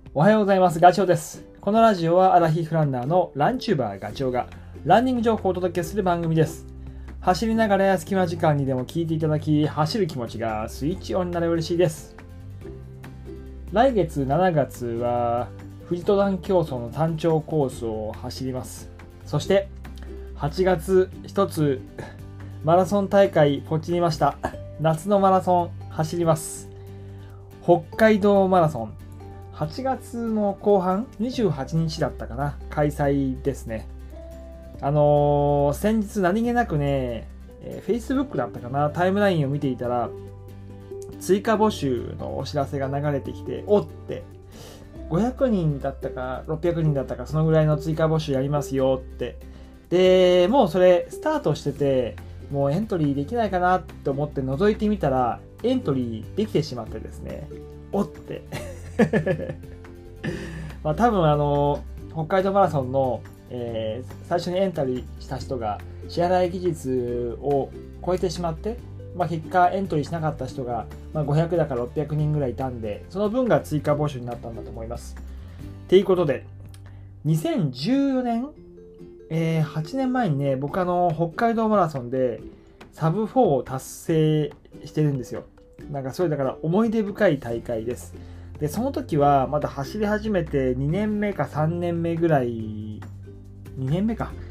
おはようございます。ガチョウです。このラジオはアラヒフランナーのランチューバーガチョウがランニング情報をお届けする番組です。走りながらや隙間時間にでも聞いていただき、走る気持ちがスイッチオンになれば嬉しいです。来月7月は富士登山競争の山頂コースを走ります。そして8月一つマラソン大会ポチりました。夏のマラソン走ります。北海道マラソン。8月の後半28日だったかな、開催ですね。先日何気なくね、Facebook だったかな、タイムラインを見ていたら追加募集のお知らせが流れてきて、おって500人だったか600人だったか、そのぐらいの追加募集やりますよって。でもうそれスタートしてて、もうエントリーできないかなって思って覗いてみたらエントリーできてしまってですね、おってまあ多分北海道マラソンの、最初にエントリーした人が支払い期日を超えてしまって、結果エントリーしなかった人が、500だから600人ぐらいいたんで、その分が追加募集になったんだと思います。ということで2014年、8年前にね、僕北海道マラソンでサブ4を達成してるんですよ。なんかそれだから思い出深い大会です。でその時はまだ走り始めて2年目か3年目ぐらい、2年目か、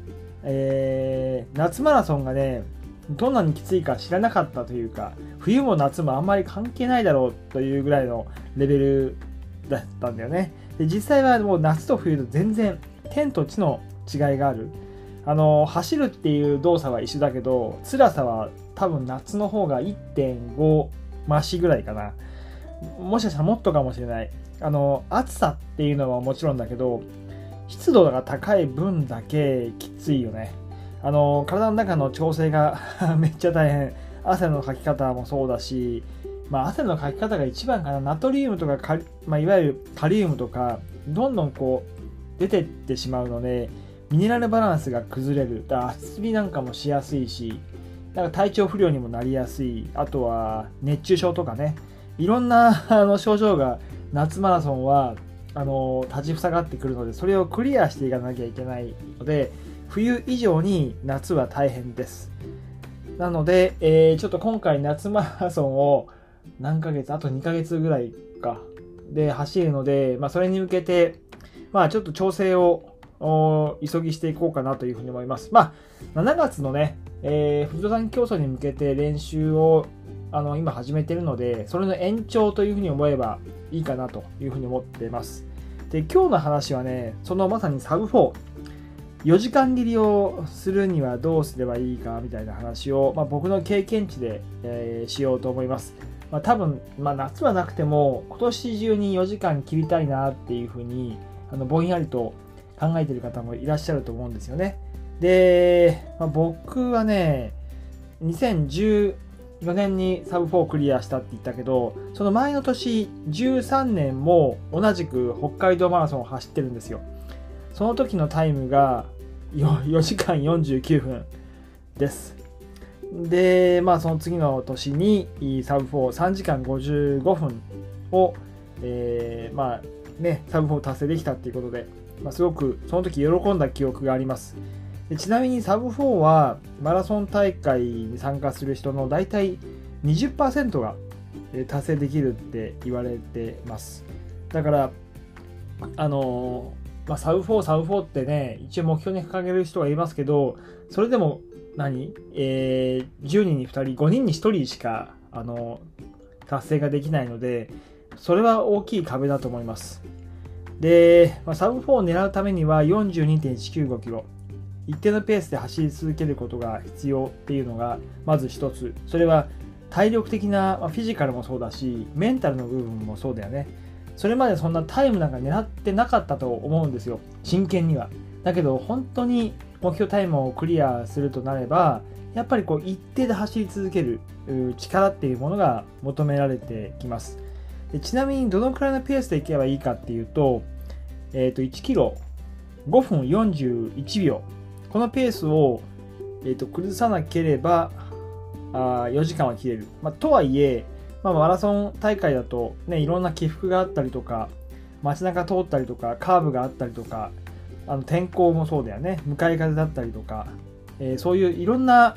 夏マラソンがねどんなにきついか知らなかったというか、冬も夏もあんまり関係ないだろうというぐらいのレベルだったんだよね。で実際はもう夏と冬と全然天と地の違いがある。走るっていう動作は一緒だけど、辛さは多分夏の方が 1.5 増しぐらいかな。もしかしたらもっとかもしれない。暑さっていうのはもちろんだけど、湿度が高い分だけきついよね。体の中の調整がめっちゃ大変。汗のかき方もそうだし、汗のかき方が一番かな。ナトリウムとかいわゆるカリウムとかどんどんこう出てってしまうので、ミネラルバランスが崩れる。だから厚着なんかもしやすいし、だから体調不良にもなりやすい。あとは熱中症とかね、いろんな症状が夏マラソンは立ちふさがってくるので、それをクリアしていかなきゃいけないので、冬以上に夏は大変です。なので、ちょっと今回夏マラソンを何ヶ月、あと2ヶ月ぐらいかで走るので、それに向けてちょっと調整を急ぎしていこうかなというふうに思います。7月のね、富士登山競争に向けて練習を今始めているので、それの延長というふうに思えばいいかなというふうに思っています。で今日の話はね、そのまさにサブ4時間切りをするにはどうすればいいかみたいな話を、僕の経験値で、しようと思います。多分、夏はなくても今年中に4時間切りたいなっていうふうにぼんやりと考えている方もいらっしゃると思うんですよね。で、僕はね、2014年にサブ4クリアしたって言ったけど、その前の年13年も同じく北海道マラソンを走ってるんですよ。その時のタイムが4時間49分です。で、その次の年にサブ43時間55分を、サブ4達成できたっていうことで、すごくその時喜んだ記憶があります。でちなみにサブ4はマラソン大会に参加する人のだいたい 20% が達成できるって言われてます。だからサブ4ってね、一応目標に掲げる人がいますけど、それでも10人に2人5人に1人しか達成ができないので、それは大きい壁だと思います。で、サブ4を狙うためには 42.195 キロ、一定のペースで走り続けることが必要っていうのがまず一つ。それは体力的なフィジカルもそうだし、メンタルの部分もそうだよね。それまでそんなタイムなんか狙ってなかったと思うんですよ、真剣には。だけど本当に目標タイムをクリアするとなれば、やっぱり一定で走り続ける力っていうものが求められてきます。でちなみにどのくらいのペースでいけばいいかっていうと、1キロ5分41秒、このペースを、崩さなければ4時間は切れる。とはいえ、マラソン大会だと、ね、いろんな起伏があったりとか、 街中通ったりとか、カーブがあったりとか、天候もそうだよね、向かい風だったりとか、そういういろんな、ス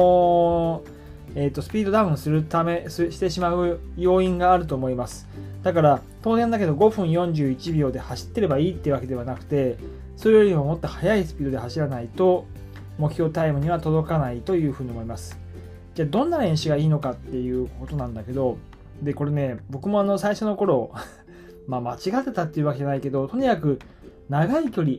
ピードダウンしてしまう要因があると思います。だから当然だけど5分41秒で走ってればいいってわけではなくて、それよりももっと速いスピードで走らないと目標タイムには届かないというふうに思います。じゃあどんな練習がいいのかっていうことなんだけど、でこれね、僕も最初の頃間違ってたっていうわけじゃないけど、とにかく長い距離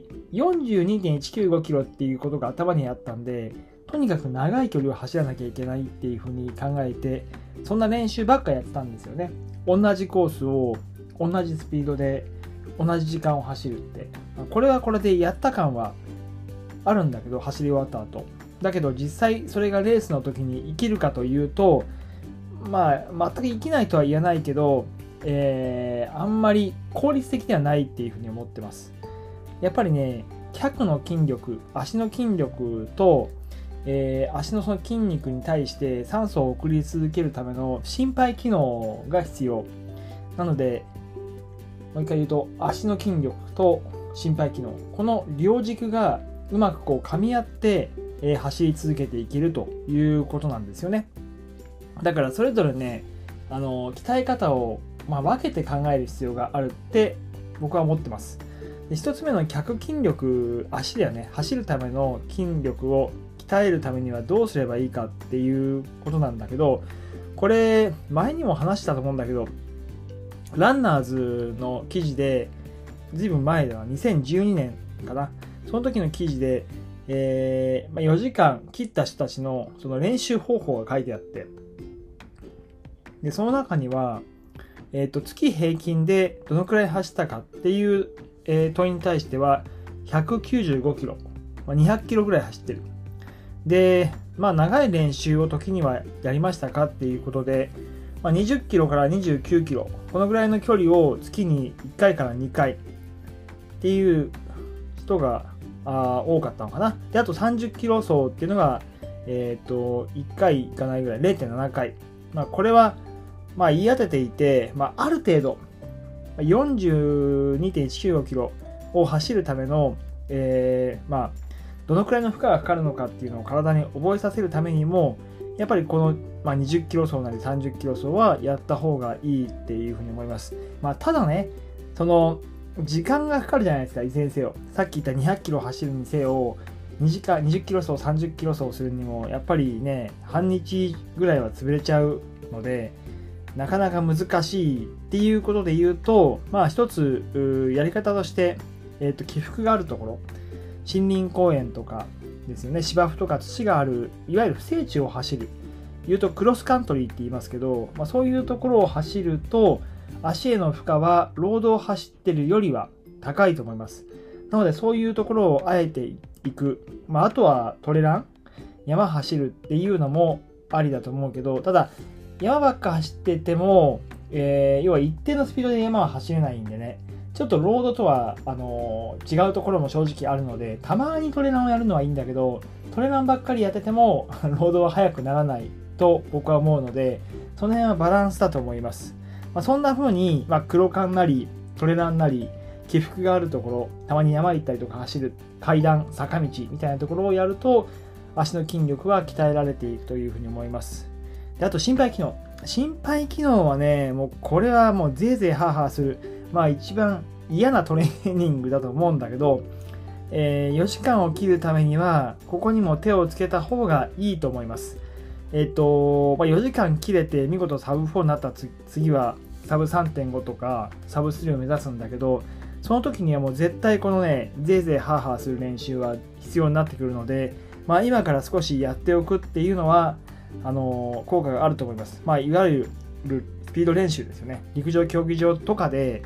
42.195 キロっていうことが頭にあったんで、とにかく長い距離を走らなきゃいけないっていうふうに考えて、そんな練習ばっかやってたんですよね。同じコースを同じスピードで同じ時間を走るって、これはこれでやった感はあるんだけど、走り終わった後だけど実際それがレースの時に生きるかというと、全く生きないとは言えないけど、あんまり効率的ではないっていうふうに思ってます。やっぱりね、脚の筋力、足の筋力と、足のその筋肉に対して酸素を送り続けるための心肺機能が必要なので、もう一回言うと、足の筋力と心肺機能、この両軸がうまく噛み合って、走り続けていけるということなんですよね。だからそれぞれね、鍛え方を分けて考える必要があるって僕は思ってます。で、一つ目の脚筋力、足だよね。走るための筋力を鍛えるためにはどうすればいいかっていうことなんだけど、これ前にも話したと思うんだけど、ランナーズの記事で、ずいぶん前だな、2012年かな、その時の記事で、4時間切った人たちのその練習方法が書いてあって、でその中には、月平均でどのくらい走ったかっていう、問いに対しては195キロ、200キロぐらい走ってる。で、長い練習を時にはやりましたかっていうことで、20キロから29キロ、このぐらいの距離を月に1回から2回っていう人が多かったのかな。で、あと30キロ走っていうのが、1回いかないぐらい、0.7 回。これは言い当てていて、ある程度 42.195 キロを走るための、どのくらいの負荷がかかるのかっていうのを体に覚えさせるためにも、やっぱりこの、20キロ走なり30キロ走はやった方がいいっていうふうに思います。ただね、その時間がかかるじゃないですか。いずれにせよ、さっき言った200キロ走るにせよ、20キロ走30キロ走するにもやっぱりね、半日ぐらいは潰れちゃうので、なかなか難しいっていうことで言うと、一つやり方として、起伏があるところ、森林公園とかですよね、芝生とか土があるいわゆる不整地を走る、言うとクロスカントリーって言いますけど、そういうところを走ると足への負荷はロードを走ってるよりは高いと思います。なのでそういうところをあえていく、あとはトレラン、山走るっていうのもありだと思うけど、ただ山ばっか走ってても、要は一定のスピードで山は走れないんでね、ちょっとロードとは違うところも正直あるので、たまにトレランをやるのはいいんだけど、トレランばっかりやっててもロードは速くならないと僕は思うので、その辺はバランスだと思います。そんな風に、黒缶なりトレランなり起伏があるところ、たまに山行ったりとか走る階段、坂道みたいなところをやると足の筋力は鍛えられていくというふうに思います。で、あと心肺機能。心肺機能はね、もうこれはもうぜいぜいハーハーする、一番嫌なトレーニングだと思うんだけど、4時間を切るためにはここにも手をつけた方がいいと思います。4時間切れて見事サブ4になった次はサブ 3.5 とかサブ3を目指すんだけど、その時にはもう絶対このね、ぜいぜいハーハーする練習は必要になってくるので、今から少しやっておくっていうのは効果があると思います。いわゆるスピード練習ですよね。陸上競技場とかで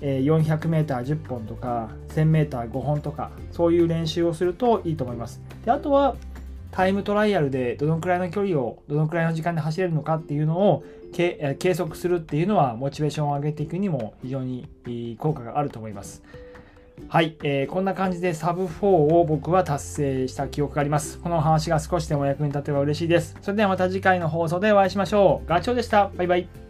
400m10 本とか 1000m5 本とか、そういう練習をするといいと思います。で、あとはタイムトライアルでどのくらいの距離をどのくらいの時間で走れるのかっていうのを計測するっていうのはモチベーションを上げていくにも非常に効果があると思います。はい、こんな感じでサブ4を僕は達成した記憶があります。この話が少しでも役に立てば嬉しいです。それではまた次回の放送でお会いしましょう。ガチョウでした。バイバイ。